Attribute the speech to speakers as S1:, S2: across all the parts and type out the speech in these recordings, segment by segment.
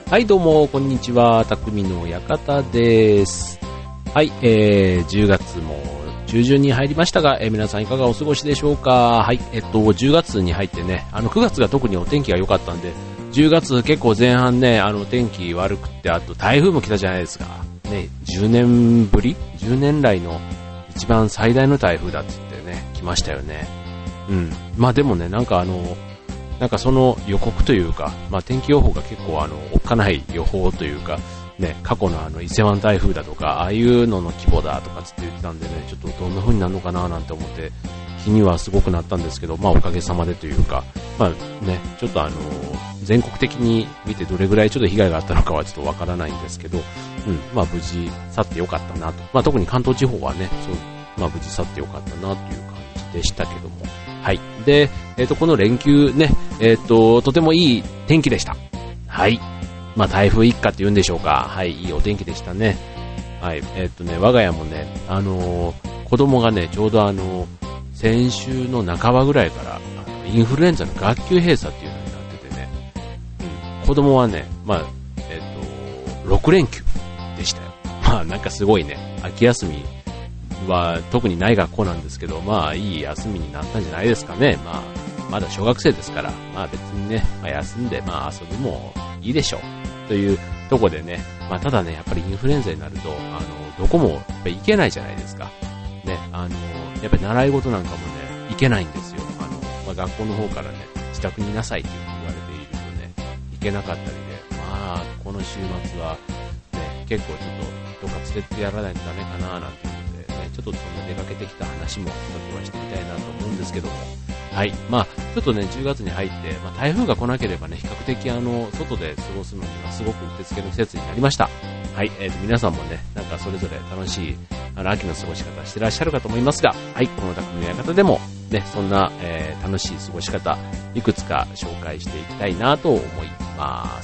S1: はいどうもこんにちは、匠の館です。はい、10月も中旬に入りましたが、皆さんいかがお過ごしでしょうか。はい、10月に入ってね、9月が特にお天気が良かったんで、10月結構前半ね、天気悪くって、あと台風も来たじゃないですか。ね、10年ぶり ?10 年来の一番最大の台風だって言ってね、来ましたよね。うん。まあでもね、なんかその予告というか、まあ天気予報が結構おっかない予報というか、ね、過去の伊勢湾台風だとか、ああいうのの規模だとかつって言ってたんでね、ちょっとどんな風になるのかななんて思って、気にはすごくなったんですけど、まあおかげさまでというか、まあね、ちょっと全国的に見てどれぐらいちょっと被害があったのかはちょっとわからないんですけど、まあ無事去ってよかったなと。まあ特に関東地方はね、まあ無事去ってよかったなという感じでしたけども。はい。で、この連休ね、とてもいい天気でした。はい。まあ台風一過って言うんでしょうか。はい、いいお天気でしたね。はい。我が家もね、子供がね、ちょうど先週の半ばぐらいからインフルエンザの学級閉鎖っていうのになっててね、子供はね、まあ6連休でしたよ。まあなんかすごいね、秋休みは特にない学校なんですけど、まあいい休みになったんじゃないですかね。まあまだ小学生ですから、まあ別にね、まあ、休んでまあ遊ぶもいいでしょうというとこでね、まあただね、やっぱりインフルエンザになるとどこもやっぱり行けないじゃないですか。ね、やっぱり習い事なんかもね、行けないんですよ。まあ、学校の方からね、自宅にいなさいって言われているとね、行けなかったりで、まあ、この週末は、ね、結構ちょっと、どっか連れてやらないとダメかななんていうので、ね、ちょっとそんな出かけてきた話も、ちょっとはしてみたいなと思うんですけども、はい。まあ、ちょっとね、10月に入って、まあ、台風が来なければね、比較的外で過ごすのにはすごくうってつけの季節になりました。はい。皆さんもね、なんかそれぞれ楽しい、秋の過ごし方してらっしゃるかと思いますが、はい。この匠の館でも、ね、そんな、楽しい過ごし方、いくつか紹介していきたいなと思います。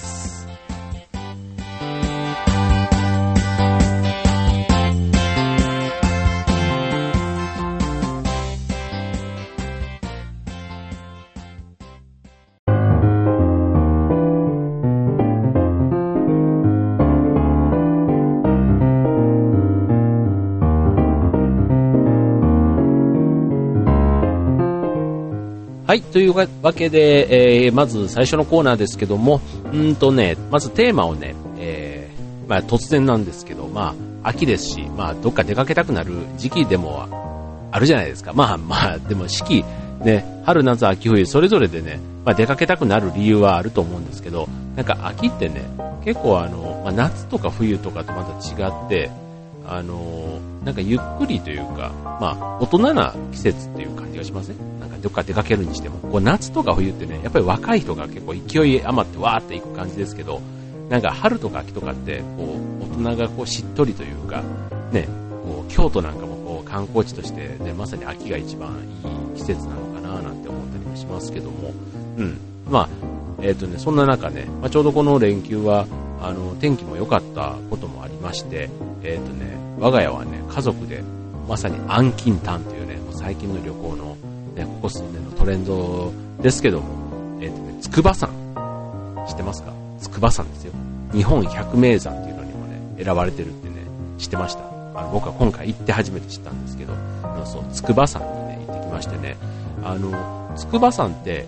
S1: はい。というわけで、まず最初のコーナーですけども、まずテーマをね、まあ突然なんですけど、まあ秋ですし、まあどっか出かけたくなる時期でもあるじゃないですか。まあでも四季ね、春夏秋冬それぞれでね、まあ出かけたくなる理由はあると思うんですけど、なんか秋ってね、結構まあ夏とか冬とかとまた違って、なんかゆっくりというか、まあ大人な季節っていう感じがしますね。どっか出かけるにしても、こう夏とか冬ってね、やっぱり若い人が結構勢い余ってわーっていく感じですけど、なんか春とか秋とかって、こう大人がこうしっとりというか、ね、こう京都なんかもこう観光地としてね、まさに秋が一番いい季節なのかななんて思ったりもしますけども、まあそんな中ね、まあ、ちょうどこの連休は天気も良かったこともありまして、我が家はね、家族でまさに安近短というね、もう最近の旅行のここ数年のトレンドですけども、筑波山知ってますか？筑波山ですよ。日本百名山っていうのにもね選ばれてるってね知ってました。僕は今回行って初めて知ったんですけど、そう筑波山にね行ってきましてね、筑波山って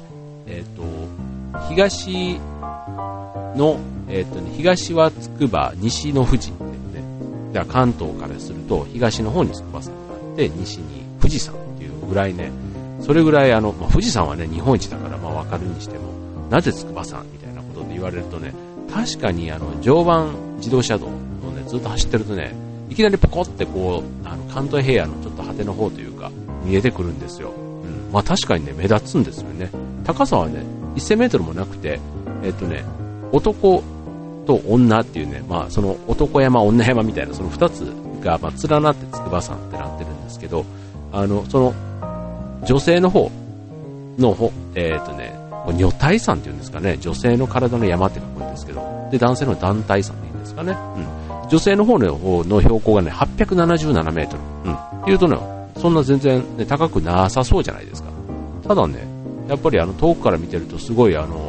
S1: 東の東は筑波、西の富士っていうね、だから関東からすると東の方に筑波山があって西に富士山っていうぐらいね。それぐらいまあ、富士山はね日本一だからまあ分かるにしても、なぜ筑波山みたいなことで言われるとね、確かに常磐自動車道をねずっと走ってるとね、いきなりポコってこう関東平野のちょっと果ての方というか見えてくるんですよ。まあ確かにね目立つんですよね。高さはね1000メートルもなくて、男と女っていうね、まあその男山女山みたいなその2つがまあ連なって筑波山ってなってるんですけど、その女性の方の女体山っていうんですかね、女性の体の山って書くんですけど、で男性の団体山っていうんですかね、女性の方の標高がね877メートル、っていうとね、そんな全然、ね、高くなさそうじゃないですか。ただね、やっぱり遠くから見てるとすごい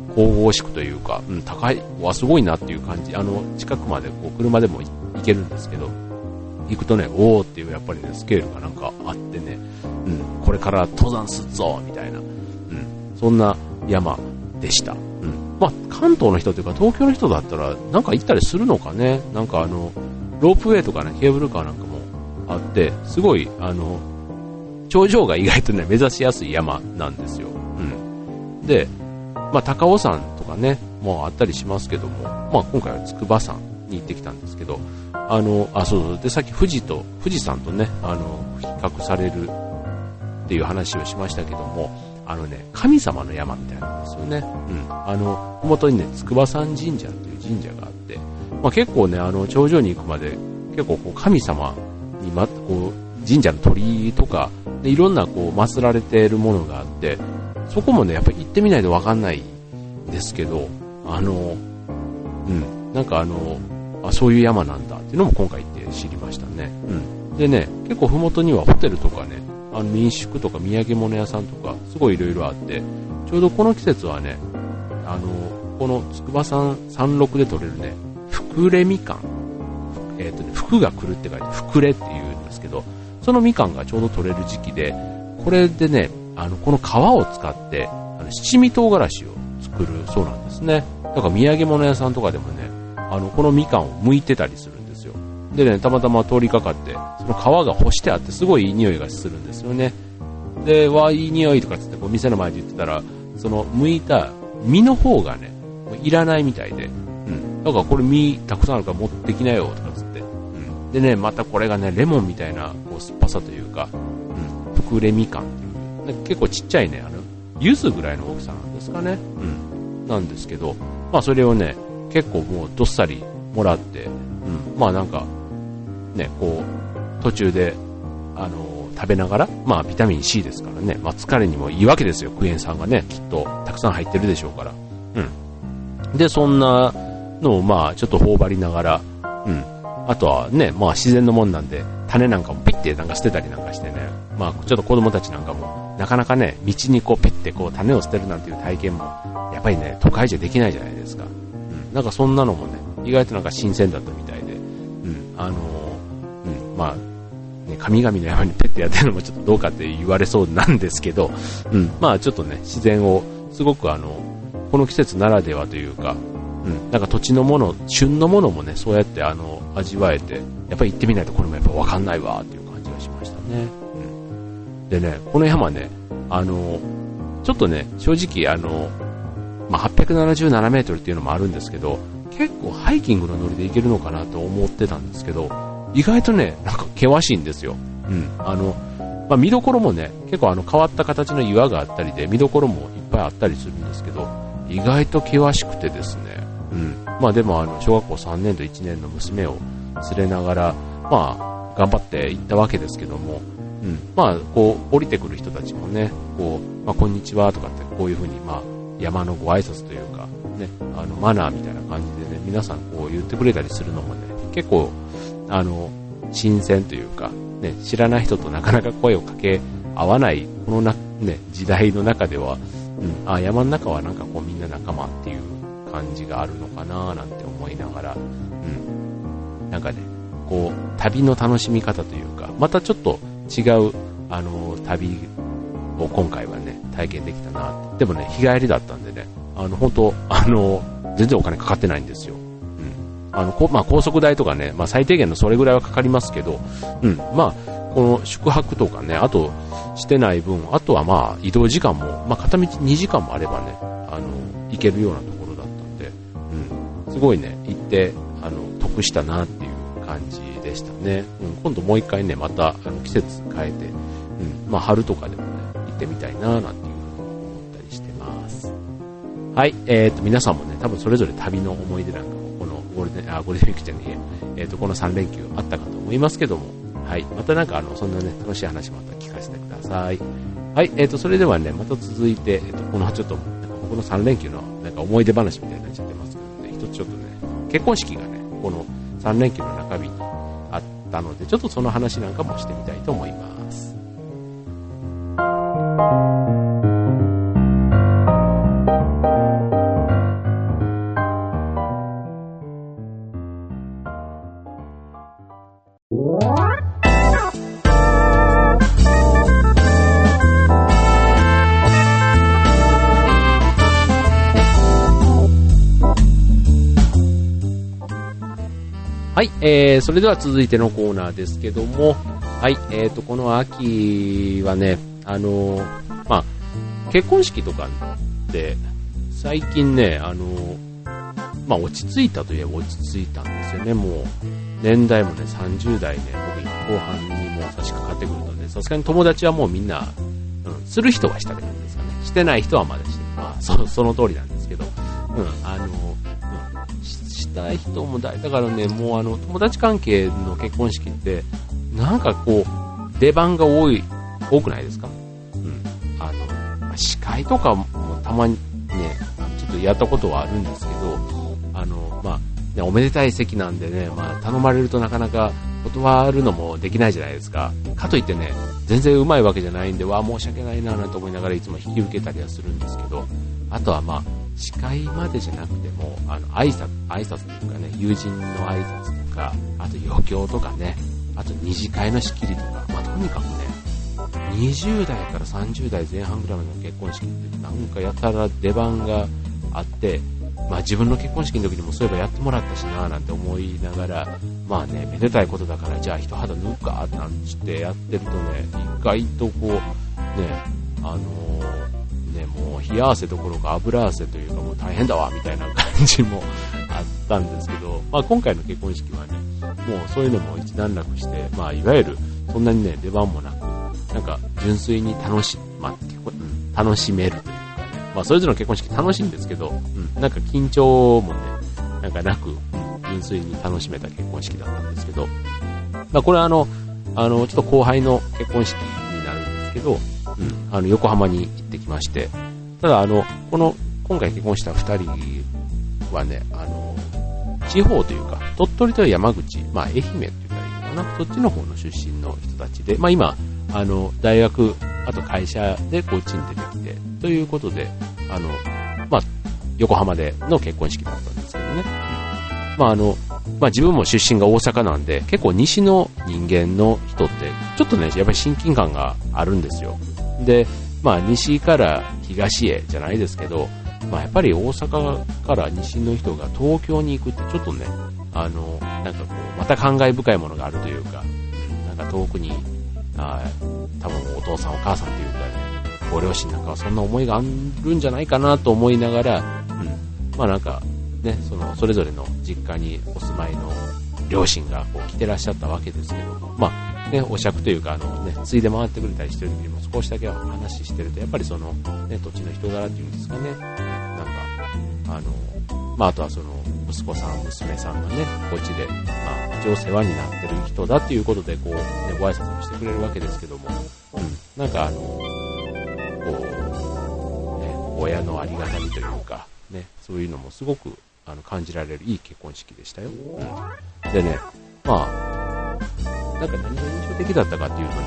S1: 神々しくというか、高い、すごいなっていう感じ、近くまでこう車でも行けるんですけど、行くとね、おーっていうやっぱりね、スケールがなんかあってね、これから登山すっぞみたいな、そんな山でした。まあ、関東の人というか東京の人だったらなんか行ったりするのかね。なんかロープウェイとかね、ケーブルカーなんかもあって、すごい頂上が意外とね、目指しやすい山なんですよ。で、まあ、高尾山とかね、もうあったりしますけども、まあ、今回は筑波山に行ってきたんですけど、そうで、さっき富士山とね、比較されるっていう話をしましたけども、神様の山みたいなんですよね。麓にね、筑波山神社っていう神社があって、まあ、結構ね、頂上に行くまで、結構こう神様にこう、神社の鳥居とか、でいろんなこう、祀られているものがあって、そこもね、やっぱり行ってみないとわかんないんですけど、なんかそういう山なんだっていうのも今回行って知りましたね。でね、結構麓にはホテルとかね、民宿とか土産物屋さんとか、すごいいろいろあって、ちょうどこの季節はね、この筑波山山麓で採れるね、ふくれみかん、福が来るって書いて、ふくれって言うんですけど、そのみかんがちょうど採れる時期で、これでね、この皮を使って、七味唐辛子を作るそうなんですね。だから土産物屋さんとかでもね、このみかんを剥いてたりするんですよ。でね、たまたま通りかかって、その皮が干してあって、すごいいい匂いがするんですよね。で、いい匂いとかつって、こう店の前で言ってたら、その剥いた実の方がね、いらないみたいで、だからこれ実たくさんあるから持ってきなよとかつって、でね、またこれがね、レモンみたいなこう酸っぱさというか、ふくれみかんっていう、結構ちっちゃいね、柚子ぐらいの大きさなんですかね、なんですけど、まあそれをね、結構もうどっさりもらって、まあなんか、ね、こう、途中で、食べながら、まあビタミン C ですからね、まあ疲れにもいいわけですよ、クエン酸がね、きっとたくさん入ってるでしょうから。で、そんなのをまあちょっと頬張りながら、あとはね、まあ自然のもんなんで、種なんかもピッてなんか捨てたりなんかしてね、まあちょっと子供たちなんかも、なかなかね、道にこうペッてこう種を捨てるなんていう体験も、やっぱりね、都会じゃできないじゃないですか。なんかそんなのもね、意外となんか新鮮だったみたいで、まあ、ね、神々の山にペッてやってるのもちょっとどうかって言われそうなんですけど、まあちょっとね、自然をすごくこの季節ならではというか、なんか土地のもの、旬のものもね、そうやって味わえて、やっぱり行ってみないとこれもやっぱ分かんないわっていう感じがしましたね。でね、この山ね、ちょっとね、正直まあ、877メートルっていうのもあるんですけど、結構ハイキングのノリで行けるのかなと思ってたんですけど、意外とね、なんか険しいんですよ。まあ、見どころもね、結構変わった形の岩があったりで、見どころもいっぱいあったりするんですけど、意外と険しくてですね、まあでも小学校3年と1年の娘を連れながら、まあ頑張って行ったわけですけども、まあこう降りてくる人たちもね、こう、まあこんにちはとかってこういう風にまあ山のご挨拶というかね、マナーみたいな感じでね、皆さんこう言ってくれたりするのもね、結構新鮮というかね、知らない人となかなか声をかけ合わないこのね時代の中では、山の中はなんかこうみんな仲間っていう感じがあるのかななんて思いながら、なんかね、こう旅の楽しみ方というか、またちょっと違う旅を今回はね体験できたな。でもね、日帰りだったんでね、本当全然お金かかってないんですよ。まあ高速代とかね、まあ最低限のそれぐらいはかかりますけど、まあこの宿泊とかね、あとしてない分、あとはまあ移動時間も、まあ片道2時間もあればね、行けるようなところだったんで、すごいね、行って得したなっていう感じでしたね。今度もう一回ね、また季節変えて、まあ春とかでもね、行ってみたいななんていうふうに思ったりしてます。はい、皆さんもね、多分それぞれ旅の思い出なんかもこのゴールデンウィークじゃねえ、この3連休あったかと思いますけども、はい、またなんかそんなね楽しい話また聞かせてください。はい、それではね、また続いて、このちょっと僕の3連休のなんか思い出話みたいになっちゃってますけどね、一つちょっとね、結婚式がね、この3連休の中日にあったので、ちょっとその話なんかもしてみたいと思います。 はい、それでは続いてのコーナーですけども、はい、この秋はね、結婚式とかって最近ね、落ち着いたといえば落ち着いたんですよね。もう年代もね30代ね、僕今後半にもう差し掛かってくるとね、さすがに友達はもうみんな、する人はしたって感じですかね。してない人はまだしてる。その通りなんですけど、したい人もだからね、もう友達関係の結婚式ってなんかこう出番が多くないですか？司会とかもたまにね、ちょっとやったことはあるんですけど、おめでたい席なんでね、頼まれるとなかなか断るのもできないじゃないですか。かといってね、全然うまいわけじゃないんで、申し訳ないなと思いながらいつも引き受けたりはするんですけど、あとは司会までじゃなくても、挨拶というかね、友人の挨拶とか、あと余興とかね、あと二次会の仕切りとか、とにかくね、20代から30代前半ぐらいまでの結婚式ってなんかやたら出番があって、自分の結婚式の時にもそういえばやってもらったしなぁなんて思いながら、めでたいことだからじゃあ一肌脱ぐかなんつってやってるとね、意外とこうね、もう冷や汗どころか油汗というかもう大変だわみたいな感じもあったんですけど、今回の結婚式はね、もうそういうのも一段落して、いわゆるそんなにね出番もなく、なんか純粋に楽しめるというかね、それぞれの結婚式楽しいんですけど、なんか緊張もね、なんかなく、純粋に楽しめた結婚式だったんですけど、これはちょっと後輩の結婚式になるんですけど、横浜に行ってきまして、ただ今回結婚した2人はね、地方というか、鳥取と山口、愛媛って言ったらいいのかな、そっちの方の出身の人たちで、今、大学、あと会社でこっちに出てきて、ということで、横浜での結婚式だったんですけどね。自分も出身が大阪なんで、結構西の人間の人って、ちょっとね、やっぱり親近感があるんですよ。で、西から東へじゃないですけど、やっぱり大阪から西の人が東京に行くってちょっとね、なんかこう、また感慨深いものがあるというか、なんか遠くに、多分お父さんお母さんというかね、ご両親なんかはそんな思いがあるんじゃないかなと思いながら、なんかね、それぞれの実家にお住まいの両親がこう来てらっしゃったわけですけども、お酌というかついで回ってくれたりしてる時にも少しだけ話してると、やっぱり土地の人柄っていうんですかね、なんかあとは息子さん娘さんがねこっちで一応世話になってる人だっていうことでこう、ご挨拶もしてくれるわけですけども、なんかこう親のありがたみというかね、そういうのもすごく感じられるいい結婚式でしたよ。でね、なんか何が印象的だったかっていうとね、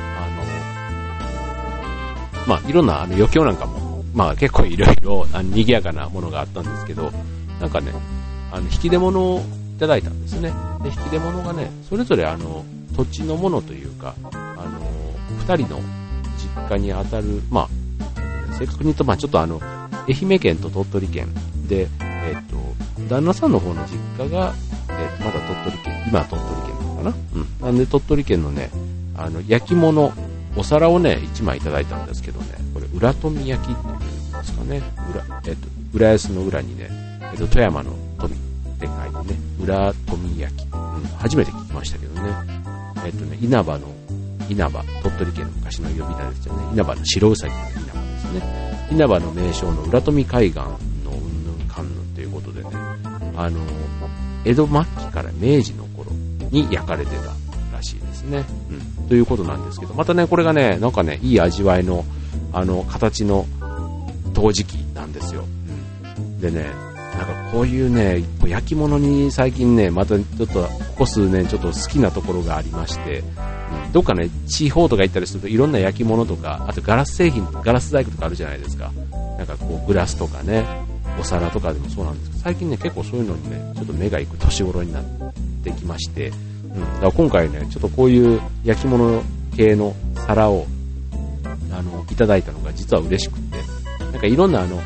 S1: いろんな余興なんかも結構いろいろ賑やかなものがあったんですけど、なんかね引き出物をいただいたんですね。で引き出物がねそれぞれ土地のものというか2人の実家にあたる正確に言うとちょっと愛媛県と鳥取県で旦那さんの方の実家がまだ鳥取県、今は鳥取県なのかな、なんで鳥取県のね焼き物お皿をね1枚いただいたんですけどね、これ浦富焼きっていうんですかね、浦安の裏にね富山の富って書いてね浦富焼き、初めて聞きましたけどね、稲葉、鳥取県の昔の呼び名ですよね。稲葉の白うさぎの稲葉ですね。稲葉の名称の浦富海岸のうんぬんかんぬんということでね、江戸末期から明治の頃に焼かれてたらしいですね。ということなんですけど、またねこれがねなんかねいい味わいの形の陶磁器なんですよ。でねなんかこういうね焼き物に最近ねまたちょっとここ数年ちょっと好きなところがありまして、どっかね地方とか行ったりするといろんな焼き物とか、あとガラス製品、ガラス細工とかあるじゃないですか。なんかこうグラスとかねお皿とかでもそうなんですけど、最近ね結構そういうのにねちょっと目が行く年頃になってきまして、だから今回ねちょっとこういう焼き物系の皿をいただいたのが実は嬉しくって、なんかいろんな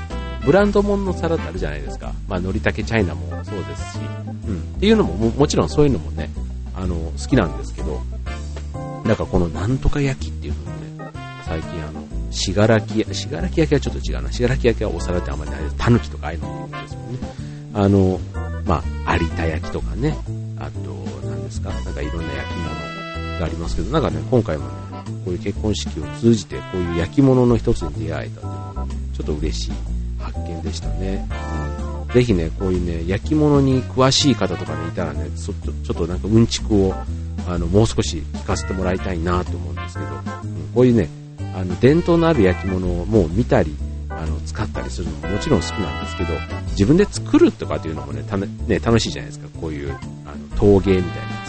S1: ブランド物の皿ってあるじゃないですか。まあ、のりたけチャイナもそうですし、っていうのももちろんそういうのもね、好きなんですけど、なんかこのなんとか焼きっていうのもね、最近信楽焼きはちょっと違うな。信楽焼きはお皿ってあんまりないです。たぬきとかああいうのも言うんですよね。まあ、有田焼きとかね、あと、何ですか、なんかいろんな焼き物がありますけど、なんかね、今回もね、こういう結婚式を通じて、こういう焼き物の一つに出会えたというのがね、ちょっと嬉しい発見でしたね。ぜひね、こういうね、焼き物に詳しい方とかね、いたらね、ちょっとなんかうんちくを、もう少し聞かせてもらいたいなと思うんですけど、こういうね、伝統のある焼き物をもう見たり、使ったりするのももちろん好きなんですけど、自分で作るとかっていうのもね、楽しいじゃないですか。こういう、陶芸みたいな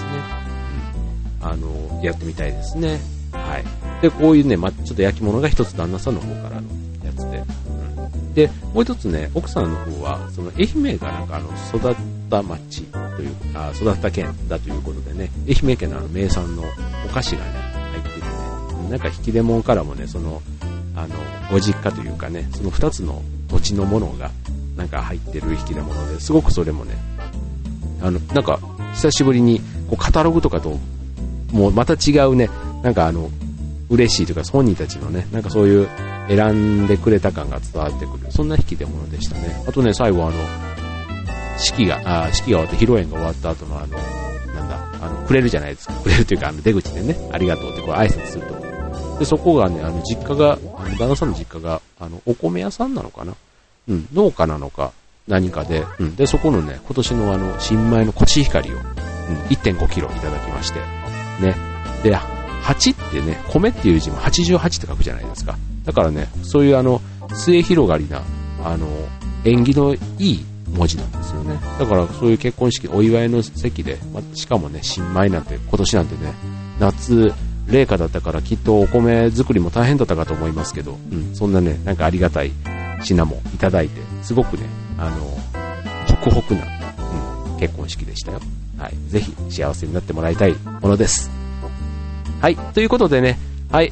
S1: ですね。やってみたいですね。はい。で、こういうね、ちょっと焼き物が一つ旦那さんの方からのやつで。で、もう一つね、奥さんの方は、その愛媛がなんか育った町というか、育った県だということでね、愛媛県の名産のお菓子がね、入っててね、なんか引き出物からもね、ご実家というかね、その2つの土地のものがなんか入ってる引き出物で、すごくそれもね、なんか久しぶりにこうカタログとかともうまた違うね、なんか嬉しいというか本人たちのね、なんかそういう選んでくれた感が伝わってくる、そんな引き出物でしたね。あとね、最後式が終わって披露宴が終わった後のくれるじゃないですか。くれるというか出口でね、ありがとうってこう挨拶すると。で、そこがね、実家が、旦那さんの実家が、お米屋さんなのかな、農家なのか、何かで、で、そこのね、今年の新米のコシヒカリを、1.5 キロいただきまして、ね。で、8ってね、米っていう字も88って書くじゃないですか。だからね、そういう末広がりな、縁起のいい文字なんですよね。だからそういう結婚式、お祝いの席で、しかもね、新米なんて、今年なんてね、夏、冷夏だったからきっとお米作りも大変だったかと思いますけど、そんなね、なんかありがたい品もいただいて、すごくね、ホクホクな、結婚式でしたよ。はい。ぜひ幸せになってもらいたいものです。はい。ということでね、はい、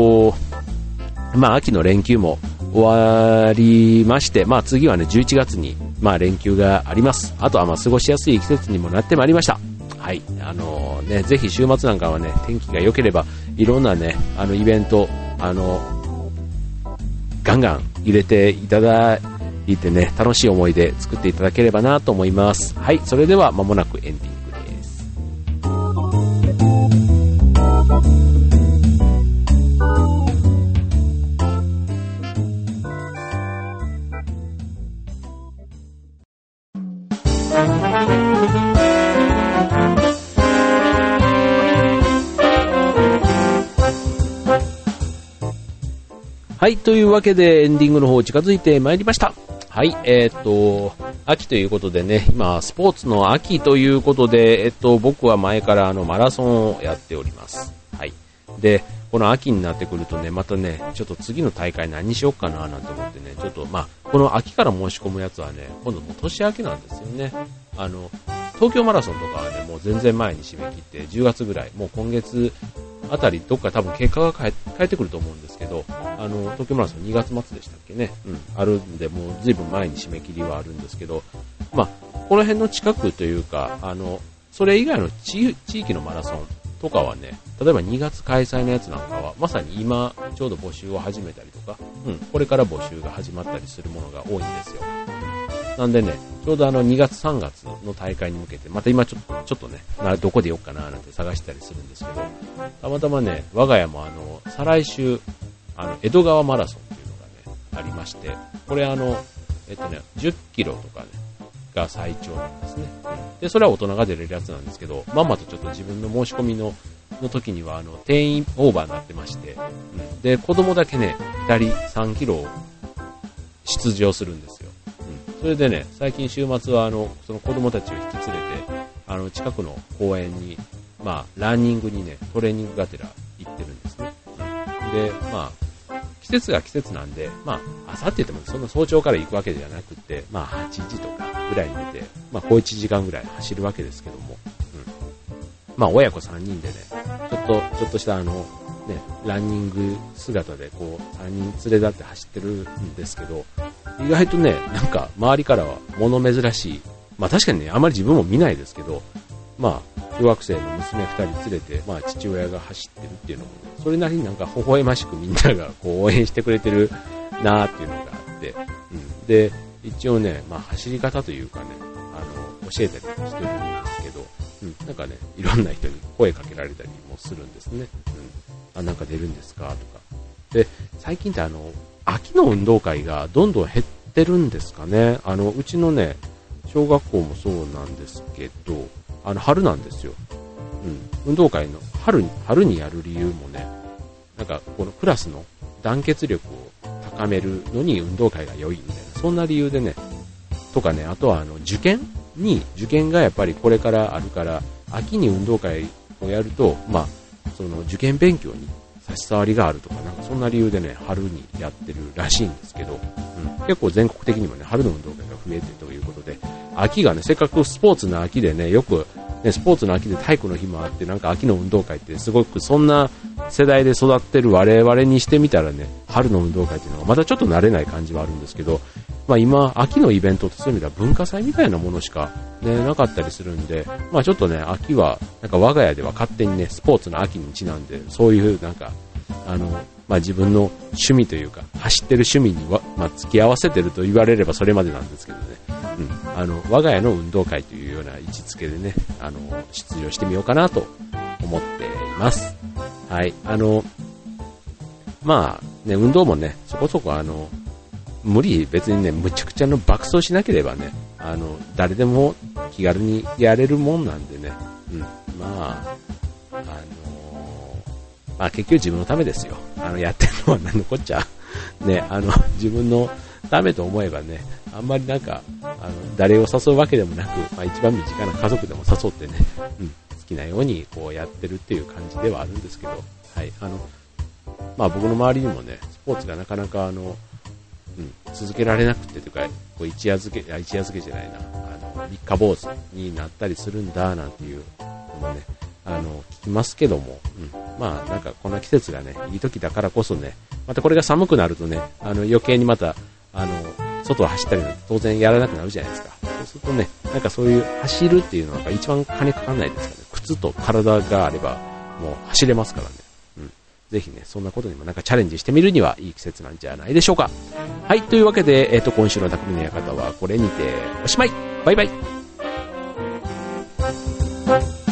S1: 秋の連休も終わりまして、次はね、11月に、連休があります。あとは過ごしやすい季節にもなってまいりました。はい。ぜひ週末なんかはね、天気が良ければ、いろんなね、イベント、ガンガン入れていただいてね、楽しい思い出作っていただければなと思います。はい。それでは間もなくエンディングです。はい、というわけでエンディングの方近づいてまいりました。はい、秋ということでね、今スポーツの秋ということで、僕は前からマラソンをやっております。はい。で、この秋になってくるとね、またね、ちょっと次の大会何しよっかななんて思ってね、ちょっとこの秋から申し込むやつはね、今度もう年明けなんですよね。東京マラソンとかはね、もう全然前に締め切って10月ぐらい、もう今月あたりどっか多分結果が変えてくると思うんですけど、東京マラソン2月末でしたっけね、あるんで、もう随分前に締め切りはあるんですけど、この辺の近くというか、それ以外の地域のマラソンとかはね、例えば2月開催のやつなんかは、まさに今ちょうど募集を始めたりとか、これから募集が始まったりするものが多いんですよ。なんでね、ちょうど2月3月の大会に向けて、また今ちょっとね、どこでよっかななんて探したりするんですけど、たまたまね、我が家も再来週、江戸川マラソンっていうのがね、ありまして、これ10キロとかね、が最長なんですね。で、それは大人が出れるやつなんですけど、まんまとちょっと自分の申し込みの時には、定員オーバーになってまして、で、子供だけね、2人3キロ出場するんですよ。それでね、最近週末はその子供たちを引き連れて、近くの公園に、ランニングにね、トレーニングがてら行ってるんですね。で、季節が季節なんで、朝って言ってもそんな早朝から行くわけじゃなくて、8時とかぐらいに出て、小1時間ぐらい走るわけですけども、親子3人でね、ちょっとしたランニング姿で3人連れ立って走ってるんですけど、 意外とね、なんか周りからは物珍しい。まあ確かにね、あまり自分も見ないですけど、まあ、中学生の娘2人連れて、まあ父親が走ってるっていうのもね、それなりになんか微笑ましくみんながこう応援してくれてるなーっていうのがあって、で、一応ね、まあ走り方というかね、教えたりしてるんですけど、なんかね、いろんな人に声かけられたりもするんですね。なんか出るんですかとか。で、最近って秋の運動会がどんどん減ってるんですかね。うちのね、小学校もそうなんですけど、春なんですよ。運動会の春にやる理由もね、なんかこのクラスの団結力を高めるのに運動会が良いみたいな、そんな理由でね、とかね、あとは受験がやっぱりこれからあるから、秋に運動会をやると、まあ、その受験勉強に差し障りがあるとか、なんかそんな理由でね、春にやってるらしいんですけど、結構全国的にもね、春の運動会が増えてるということで、秋がね、せっかくスポーツの秋でね、よく、ね、スポーツの秋で体育の日もあって、なんか秋の運動会ってすごくそんな世代で育ってる我々にしてみたらね、春の運動会っていうのはまだちょっと慣れない感じはあるんですけど、まあ今、秋のイベントってそういう意味では文化祭みたいなものしかね、なかったりするんで、まあちょっとね、秋は、なんか我が家では勝手にね、スポーツの秋にちなんで、そういうなんか、まあ自分の趣味というか、走ってる趣味にまあ付き合わせてると言われればそれまでなんですけどね、我が家の運動会というような位置づけでね、出場してみようかなと思っています。はい。まあね、運動もね、そこそこ別にね、むちゃくちゃの爆走しなければね、誰でも気軽にやれるもんなんでね、まあ結局自分のためですよ。やってるのは何のこっちゃ。ね、自分のためと思えばね、あんまりなんか、誰を誘うわけでもなく、まあ一番身近な家族でも誘ってね、好きなようにこうやってるっていう感じではあるんですけど、はい、まあ僕の周りにもね、スポーツがなかなか続けられなくてというか、こう一夜漬けじゃないな、三日坊主になったりするんだなんていうのもね、聞きますけども、まあなんかこんな季節がね、いい時だからこそね、またこれが寒くなるとね、余計にまた、外を走ったりなんて当然やらなくなるじゃないですか。そうするとね、なんかそういう走るっていうのが一番金かかんないですからね、靴と体があればもう走れますからね。ぜひね、そんなことにもなんかチャレンジしてみるにはいい季節なんじゃないでしょうか。はい、というわけで、今週の匠の館はこれにておしまい。バイバイ。